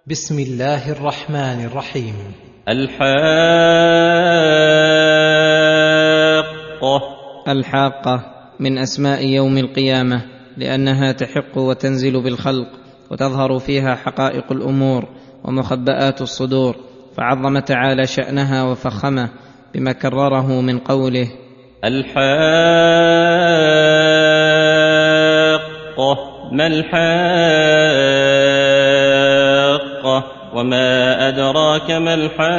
بسم الله الرحمن الرحيم. الحاقة من أسماء يوم القيامة، لأنها تحق وتنزل بالخلق، وتظهر فيها حقائق الأمور ومخبآت الصدور، فعظم تعالى شأنها وفخمه بما كرره من قوله: الحاقة ما الحاقة وما أدراك ما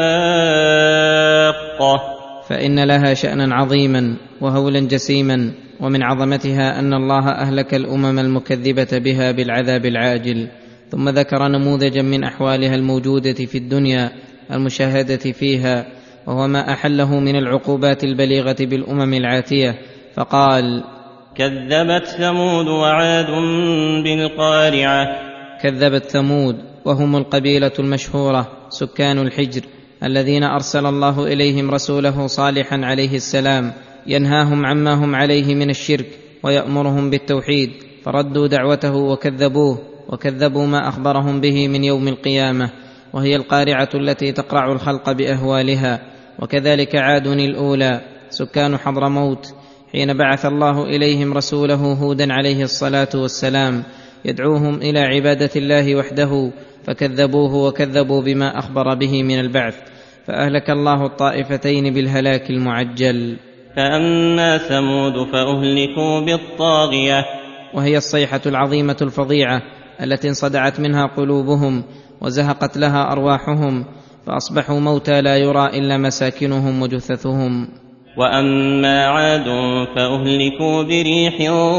الحاقة. فإن لها شأنا عظيما وهولا جسيما، ومن عظمتها أن الله أهلك الأمم المكذبة بها بالعذاب العاجل، ثم ذكر نموذجا من أحوالها الموجودة في الدنيا المشاهدة فيها، وهو ما أحله من العقوبات البليغة بالأمم العاتية، فقال: كذبت ثمود وعاد بالقارعة. كذبت ثمود، وهم القبيلة المشهورة سكان الحجر، الذين أرسل الله إليهم رسوله صالحا عليه السلام ينهاهم عما هم عليه من الشرك ويأمرهم بالتوحيد، فردوا دعوته وكذبوه، وكذبوا ما أخبرهم به من يوم القيامة، وهي القارعة التي تقرع الخلق بأهوالها. وكذلك عاد الأولى سكان حضرموت، حين بعث الله إليهم رسوله هودا عليه الصلاة والسلام يدعوهم إلى عبادة الله وحده، فكذبوه وكذبوا بما أخبر به من البعث، فأهلك الله الطائفتين بالهلاك المعجل. فأما ثمود فأهلكوا بالطاغية، وهي الصيحة العظيمة الفظيعة التي انصدعت منها قلوبهم وزهقت لها أرواحهم، فأصبحوا موتى لا يرى إلا مساكنهم وجثثهم. وأما عاد فأهلكوا بريح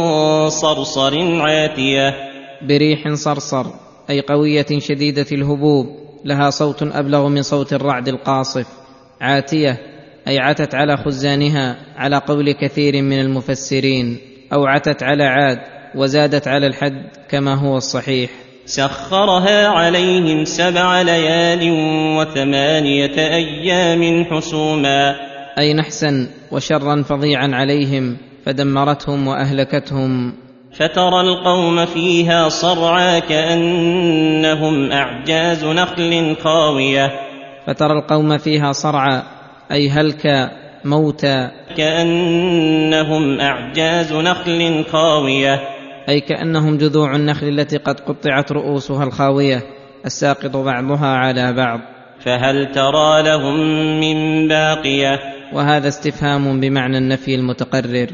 صرصر عاتية. بريح صرصر أي قوية شديدة الهبوب، لها صوت أبلغ من صوت الرعد القاصف. عاتية أي عتت على خزانها على قول كثير من المفسرين، أو عتت على عاد وزادت على الحد كما هو الصحيح. سخرها عليهم 7 ليال و8 أيام حسوما، أي نحسا وشرا فظيعا عليهم، فدمرتهم وأهلكتهم. فترى القوم فيها صرعى كأنهم أعجاز نخل خاوية. فترى القوم فيها صرعى أي هلكا موتى، كأنهم أعجاز نخل خاوية، أي كأنهم جذوع النخل التي قد قطعت رؤوسها الخاوية الساقط بعضها على بعض. فهل ترى لهم من باقية. وهذا استفهام بمعنى النفي المتقرر.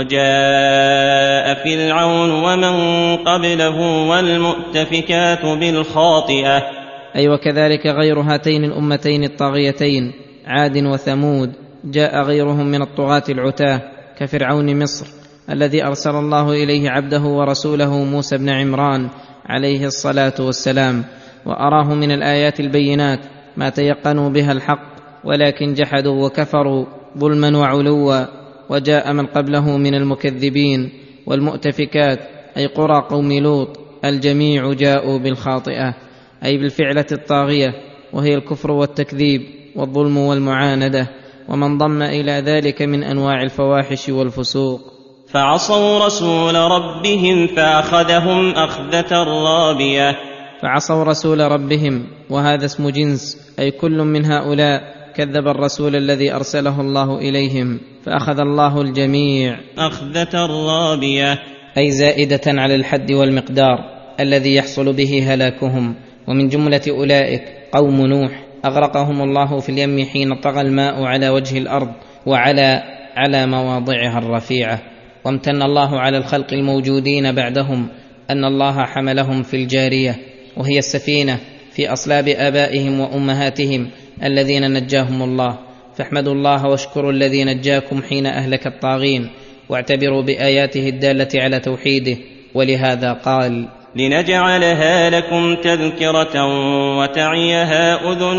وجاء فرعون ومن قبله والمؤتفكات بالخاطئة، أي وكذلك غير هاتين الأمتين الطاغيتين عاد وثمود، جاء غيرهم من الطغاة العتاة كفرعون مصر، الذي أرسل الله إليه عبده ورسوله موسى بن عمران عليه الصلاة والسلام، وأراه من الآيات البينات ما تيقنوا بها الحق، ولكن جحدوا وكفروا ظلما وعلوا. وجاء من قبله من المكذبين والمؤتفكات أي قرى قوم لوط، الجميع جاءوا بالخاطئة أي بالفعلة الطاغية، وهي الكفر والتكذيب والظلم والمعاندة، ومن ضم إلى ذلك من أنواع الفواحش والفسوق. فعصوا رسول ربهم فأخذهم أخذة رابية. فعصوا رسول ربهم، وهذا اسم جنس، أي كل من هؤلاء كذب الرسول الذي أرسله الله إليهم، فأخذ الله الجميع أخذة رابية، أي زائدة على الحد والمقدار الذي يحصل به هلاكهم. ومن جملة أولئك قوم نوح، أغرقهم الله في اليم حين طغى الماء على وجه الأرض وعلى مواضعها الرفيعة. وامتن الله على الخلق الموجودين بعدهم أن الله حملهم في الجارية، وهي السفينة، في أصلاب آبائهم وأمهاتهم الذين نجاهم الله، فاحمدوا الله واشكروا الذي نجاكم حين أهلك الطاغين، واعتبروا بآياته الدالة على توحيده. ولهذا قال: لنجعلها لكم تذكرة وتعيها أذن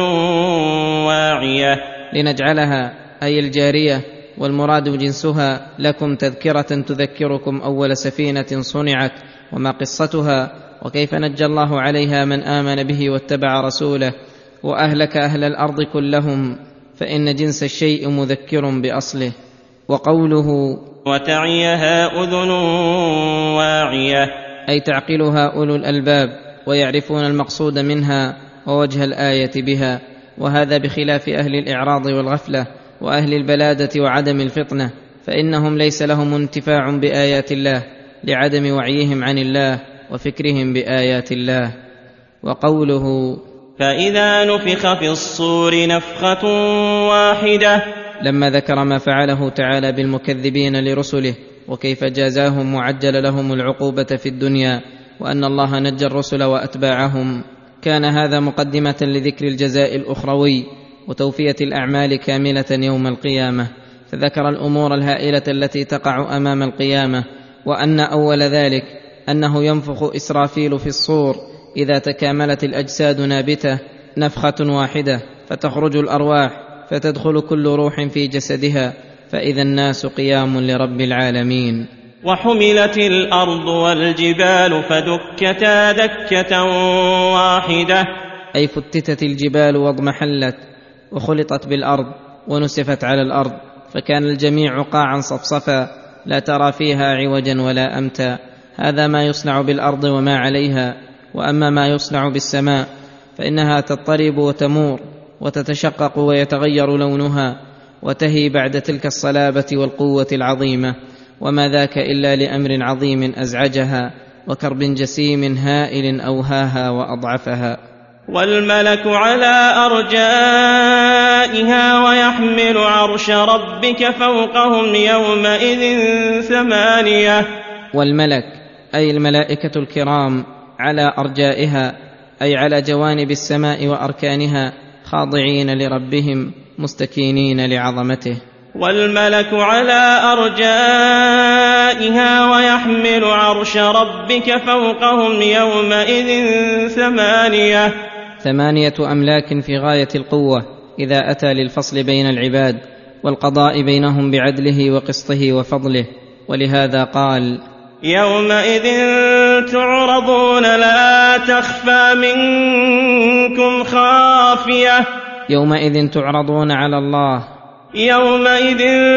واعية. لنجعلها أي الجارية، والمراد جنسها، لكم تذكرة تذكركم أول سفينة صنعت وما قصتها، وكيف نجى الله عليها من آمن به واتبع رسوله، وأهلك أهل الأرض كلهم، فإن جنس الشيء مذكر بأصله. وقوله وتعيها أذن واعية، أي تعقلها أولو الألباب ويعرفون المقصود منها ووجه الايه بها، وهذا بخلاف اهل الاعراض والغفله واهل البلاده وعدم الفطنه، فانهم ليس لهم انتفاع بايات الله لعدم وعيهم عن الله وفكرهم بايات الله. وقوله فإذا نفخ في الصور نفخة واحدة، لما ذكر ما فعله تعالى بالمكذبين لرسله وكيف جازاهم وعجل لهم العقوبة في الدنيا، وأن الله نجى الرسل وأتباعهم، كان هذا مقدمة لذكر الجزاء الأخروي وتوفية الأعمال كاملة يوم القيامة، فذكر الأمور الهائلة التي تقع أمام القيامة، وأن أول ذلك أنه ينفخ إسرافيل في الصور إذا تكاملت الأجساد نابتة نفخة واحدة، فتخرج الأرواح فتدخل كل روح في جسدها، فإذا الناس قيام لرب العالمين. وحملت الأرض والجبال فدكتا دكة واحدة، أي فتتت الجبال واضمحلت وخلطت بالأرض ونسفت على الأرض، فكان الجميع قاعا صفصفا لا ترى فيها عوجا ولا أمتا. هذا ما يصنع بالأرض وما عليها. وأما ما يصنع بالسماء فإنها تضطرب وتمور وتتشقق ويتغير لونها وتهي بعد تلك الصلابة والقوة العظيمة، وما ذاك إلا لأمر عظيم أزعجها وكرب جسيم هائل أوهاها وأضعفها. والملك على أرجائها ويحمل عرش ربك فوقهم يومئذ ثمانية. والملك أي الملائكة الكرام على أرجائها أي على جوانب السماء وأركانها خاضعين لربهم مستكينين لعظمته. والملك على أرجائها ويحمل عرش ربك فوقهم يومئذ ثمانية أملاك في غاية القوة إذا أتى للفصل بين العباد والقضاء بينهم بعدله وقسطه وفضله. ولهذا قال يومئذ تعرضون لا تخفى منكم خافية. يومئذ تعرضون على الله، يومئذ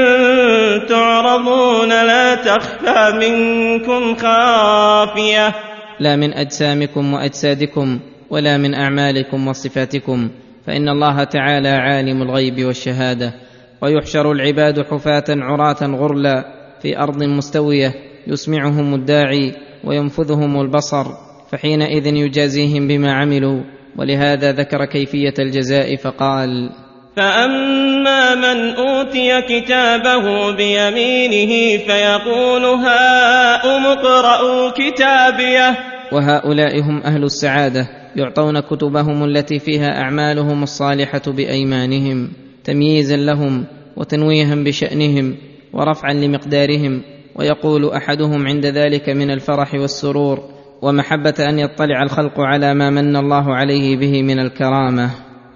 تعرضون لا تخفى منكم خافية، لا من أجسامكم وأجسادكم ولا من أعمالكم وصفاتكم، فإن الله تعالى عالم الغيب والشهادة. ويحشر العباد حفاة عراة غرلا في أرض مستوية يسمعهم الداعي وينفذهم البصر، فحينئذ يجازيهم بما عملوا. ولهذا ذكر كيفية الجزاء فقال فأما من أوتي كتابه بيمينه فيقول هاؤم اقرءوا كتابيه. وهؤلاء هم أهل السعادة، يعطون كتبهم التي فيها أعمالهم الصالحة بأيمانهم تمييزا لهم وتنويها بشأنهم ورفعا لمقدارهم. ويقول أحدهم عند ذلك من الفرح والسرور ومحبة أن يطلع الخلق على ما من الله عليه به من الكرامة.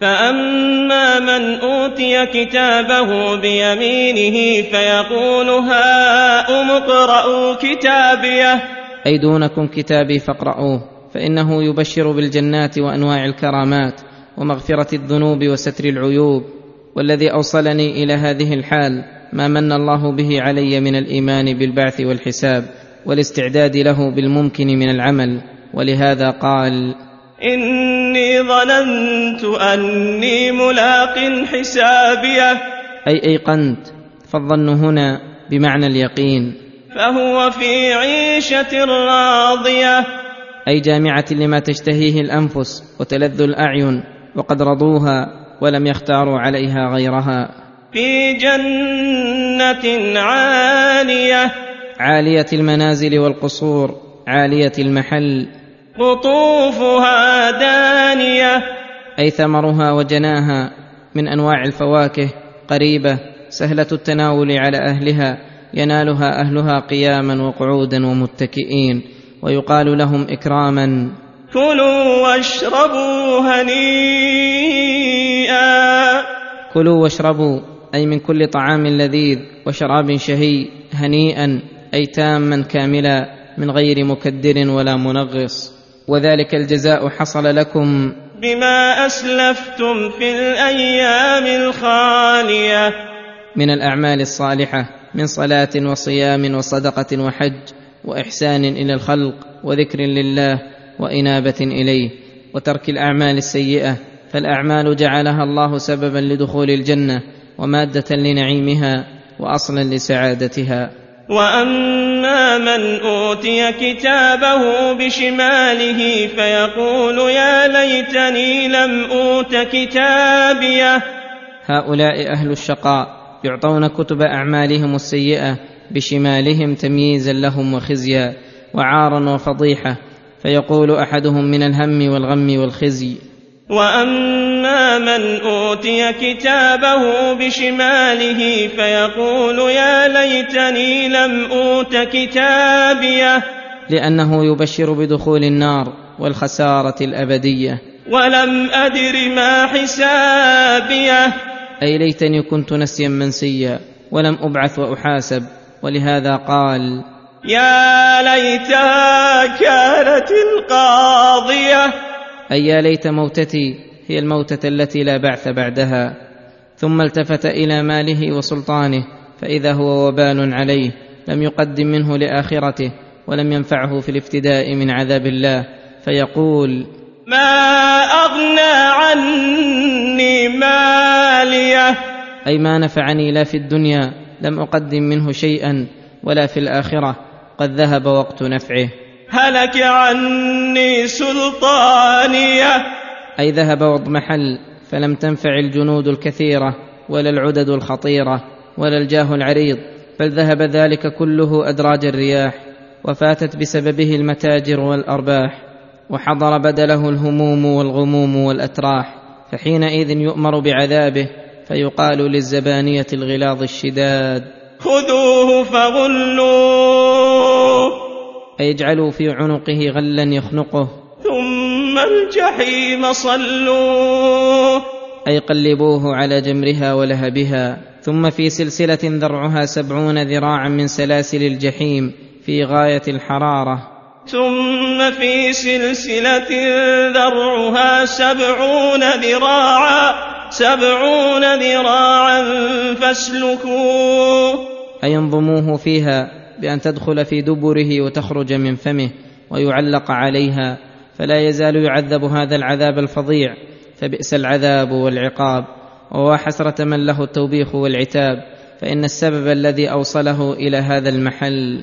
فأما من أوتي كتابه بيمينه فيقول هاؤم اقرءوا كتابيه. أي دونكم كتابي فاقرؤوه، فإنه يبشر بالجنات وأنواع الكرامات ومغفرة الذنوب وستر العيوب. والذي أوصلني إلى هذه الحال ما من الله به علي من الإيمان بالبعث والحساب والاستعداد له بالممكن من العمل. ولهذا قال إني ظننت أني ملاق حسابيه، أي أيقنت، فالظن هنا بمعنى اليقين. فهو في عيشة راضية، أي جامعة لما تشتهيه الأنفس وتلذ الأعين، وقد رضوها ولم يختاروا عليها غيرها. في جنة عالية، عالية المنازل والقصور، عالية المحل. قطوفها دانية، أي ثمرها وجناها من أنواع الفواكه قريبة سهلة التناول على أهلها، ينالها أهلها قياما وقعودا ومتكئين، ويقال لهم إكراما كلوا واشربوا هنيئا. كلوا واشربوا أي من كل طعام لذيذ وشراب شهي، هنيئا أي تاما كاملا من غير مكدر ولا منغص. وذلك الجزاء حصل لكم بما أسلفتم في الأيام الخالية، من الأعمال الصالحة من صلاة وصيام وصدقة وحج وإحسان إلى الخلق وذكر لله وإنابة إليه. وترك الأعمال السيئة، فالأعمال جعلها الله سببا لدخول الجنة ومادة لنعيمها وأصلا لسعادتها. وأما من أوتي كتابه بشماله فيقول يا ليتني لم أوت كتابيه. هؤلاء أهل الشقاء يعطون كتب أعمالهم السيئة بشمالهم تمييزا لهم وخزيا وعارا وفضيحة، فيقول أحدهم من الهم والغم والخزي. وأما من أوتي كتابه بشماله فيقول يا ليتني لم أوت كتابيه، لأنه يبشر بدخول النار والخسارة الأبدية. ولم أدر ما حسابيه، أي ليتني كنت نسيا منسيا ولم أبعث وأحاسب. ولهذا قال يا ليتها كانت القاضية، أي يا ليت موتتي هي الموتة التي لا بعث بعدها. ثم التفت إلى ماله وسلطانه فإذا هو وبال عليه، لم يقدم منه لآخرته ولم ينفعه في الافتداء من عذاب الله، فيقول ما أغنى عني ماليه، أي ما نفعني لا في الدنيا لم أقدم منه شيئا ولا في الآخرة، قد ذهب وقت نفعه. هلك عني سلطانيه، أي ذهب واضمحل، فلم تنفع الجنود الكثيرة ولا العدد الخطيرة ولا الجاه العريض، بل ذهب ذلك كله أدراج الرياح، وفاتت بسببه المتاجر والأرباح، وحضر بدله الهموم والغموم والأتراح، فحينئذ يؤمر بعذابه، فيقال للزبانية الغلاظ الشداد خذوه فغلوه، أي اجعلوا في عنقه غلا يخنقه، ثم الجحيم صلوه، أي قلبوه على جمرها ولهبها، ثم في سلسلة ذرعها 70 ذراعا من سلاسل الجحيم في غاية الحرارة، ثم في سلسلة ذرعها 70 ذراعا فاسلكوه، أي انضموه فيها بأن تدخل في دبره وتخرج من فمه ويعلق عليها، فلا يزال يعذب هذا العذاب الفظيع، فبئس العذاب والعقاب، وحسرة من له التوبيخ والعتاب، فإن السبب الذي أوصله إلى هذا المحل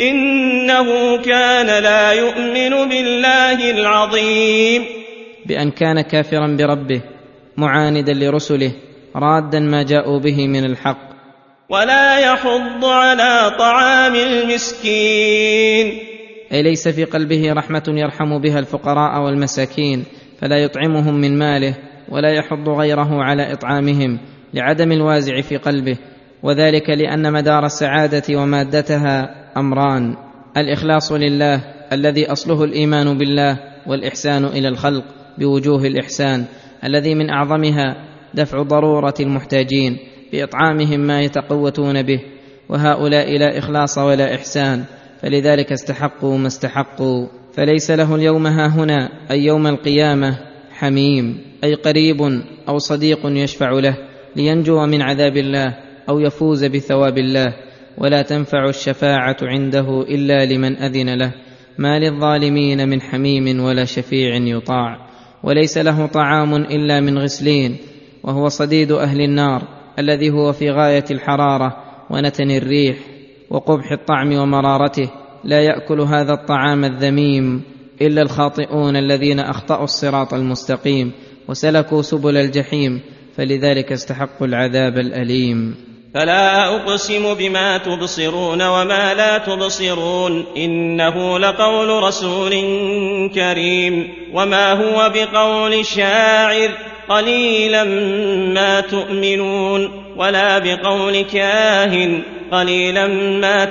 إنه كان لا يؤمن بالله العظيم، بأن كان كافرا بربه معاندا لرسله رادا ما جاءوا به من الحق، ولا يحض على طعام المسكين، أي ليس في قلبه رحمة يرحم بها الفقراء والمساكين، فلا يطعمهم من ماله ولا يحض غيره على إطعامهم لعدم الوازع في قلبه، وذلك لأن مدار السعادة ومادتها أمران: الإخلاص لله الذي أصله الإيمان بالله، والإحسان إلى الخلق بوجوه الإحسان الذي من أعظمها دفع ضرورة المحتاجين بإطعامهم ما يتقوتون به، وهؤلاء لا إخلاص ولا إحسان، فلذلك استحقوا ما استحقوا، فليس له اليوم هاهنا أي يوم القيامة حميم، أي قريب أو صديق يشفع له لينجو من عذاب الله أو يفوز بثواب الله، ولا تنفع الشفاعة عنده إلا لمن أذن له، ما للظالمين من حميم ولا شفيع يطاع، وليس له طعام إلا من غسلين، وهو صديد أهل النار الذي هو في غاية الحرارة ونتن الريح وقبح الطعم ومرارته، لا يأكل هذا الطعام الذميم إلا الخاطئون الذين أخطأوا الصراط المستقيم وسلكوا سبل الجحيم، فلذلك استحقوا العذاب الأليم. فلا أقسم بما تبصرون وما لا تبصرون، إنه لقول رسول كريم، وما هو بقول شاعر قليلا ما تؤمنون، ولا بقول كاهن قليلا ما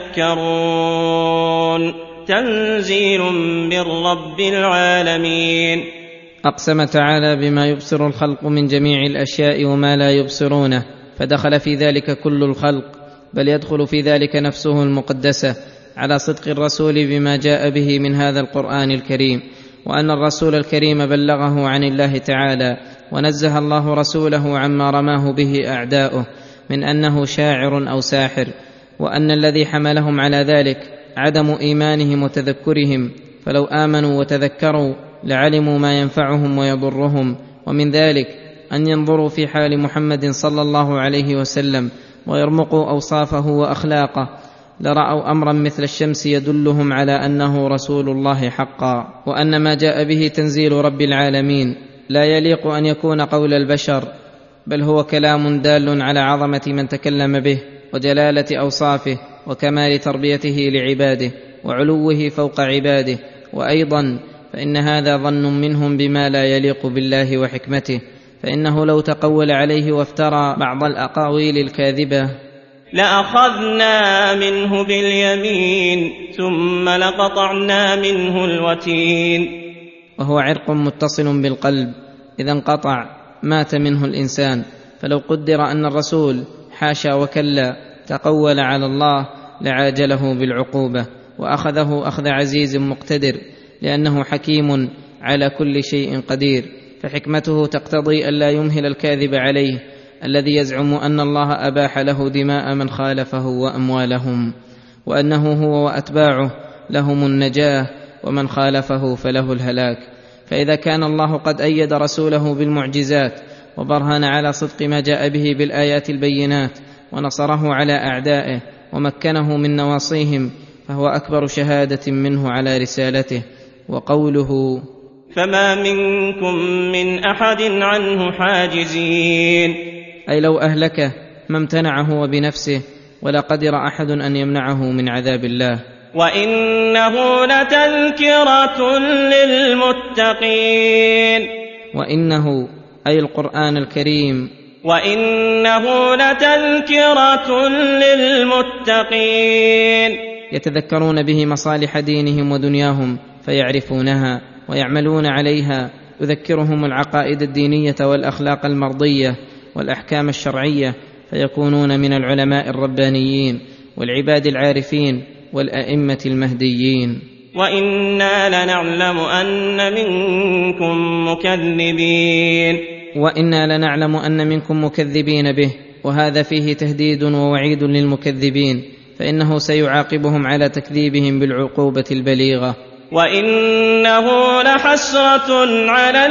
تذكرون، تنزيل من رب العالمين. أقسم تعالى بما يبصر الخلق من جميع الأشياء وما لا يبصرونه، فدخل في ذلك كل الخلق، بل يدخل في ذلك نفسه المقدسة على صدق الرسول بما جاء به من هذا القرآن الكريم، وأن الرسول الكريم بلغه عن الله تعالى، ونزه الله رسوله عما رماه به أعداؤه من أنه شاعر أو ساحر، وأن الذي حملهم على ذلك عدم إيمانهم وتذكرهم، فلو آمنوا وتذكروا لعلموا ما ينفعهم ويضرهم. ومن ذلك ان ينظروا في حال محمد صلى الله عليه وسلم ويرمقوا اوصافه واخلاقه، لراوا امرا مثل الشمس يدلهم على انه رسول الله حقا، وان ما جاء به تنزيل رب العالمين لا يليق ان يكون قول البشر، بل هو كلام دال على عظمه من تكلم به وجلاله اوصافه وكمال تربيته لعباده وعلوه فوق عباده. وايضا فان هذا ظن منهم بما لا يليق بالله وحكمته، فانه لو تقول عليه وافترى بعض الاقاويل الكاذبه لأخذنا منه باليمين ثم لقطعنا منه الوتين. وهو عرق متصل بالقلب، اذا انقطع مات منه الانسان. فلو قدر ان الرسول حاشا وكلا تقول على الله لعاجله بالعقوبه واخذه اخذ عزيز مقتدر، لانه حكيم على كل شيء قدير، فحكمته تقتضي الا يمهل الكاذب عليه الذي يزعم ان الله اباح له دماء من خالفه واموالهم، وانه هو واتباعه لهم النجاه ومن خالفه فله الهلاك. فاذا كان الله قد ايد رسوله بالمعجزات وبرهن على صدق ما جاء به بالايات البينات ونصره على اعدائه ومكنه من نواصيهم، فهو اكبر شهاده منه على رسالته. وقوله فما منكم من احد عنه حاجزين، اي لو اهلكه ما امتنعه وبنفسه، ولا قدر احد ان يمنعه من عذاب الله. وانه لتذكره للمتقين، وانه اي القرآن الكريم، وانه لتذكره للمتقين، يتذكرون به مصالح دينهم ودنياهم فيعرفونها ويعملون عليها، يذكرهم العقائد الدينيه والاخلاق المرضيه والاحكام الشرعيه، فيكونون من العلماء الربانيين والعباد العارفين والائمه المهديين. وإنا لنعلم أن منكم مكذبين، وإنا لنعلم أن منكم مكذبين به، وهذا فيه تهديد ووعيد للمكذبين، فإنه سيعاقبهم على تكذيبهم بالعقوبة البليغة. وإنه لحسرة على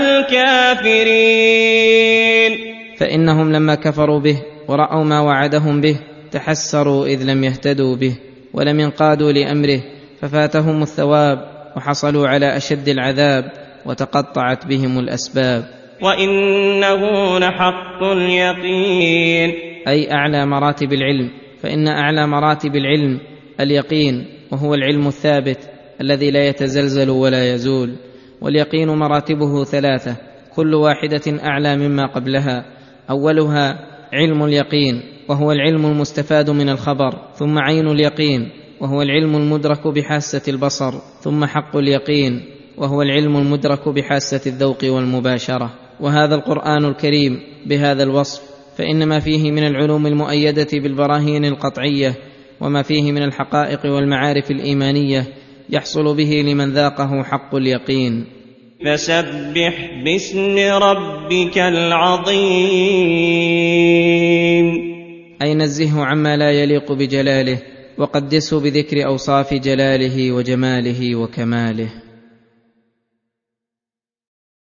الكافرين، فإنهم لما كفروا به ورأوا ما وعدهم به تحسروا إذ لم يهتدوا به ولم ينقادوا لأمره، ففاتهم الثواب وحصلوا على أشد العذاب وتقطعت بهم الأسباب. وإنه لحق اليقين، أي أعلى مراتب العلم، فإن أعلى مراتب العلم اليقين، وهو العلم الثابت الذي لا يتزلزل ولا يزول. واليقين مراتبه ثلاثة، كل واحدة أعلى مما قبلها. أولها علم اليقين، وهو العلم المستفاد من الخبر، ثم عين اليقين، وهو العلم المدرك بحاسة البصر، ثم حق اليقين، وهو العلم المدرك بحاسة الذوق والمباشرة. وهذا القرآن الكريم بهذا الوصف، فإن ما فيه من العلوم المؤيدة بالبراهين القطعية وما فيه من الحقائق والمعارف الإيمانية يحصل به لمن ذاقه حق اليقين. فسبح باسم ربك العظيم، أي نزهه عما لا يليق بجلاله، وقدسه بذكر أوصاف جلاله وجماله وكماله.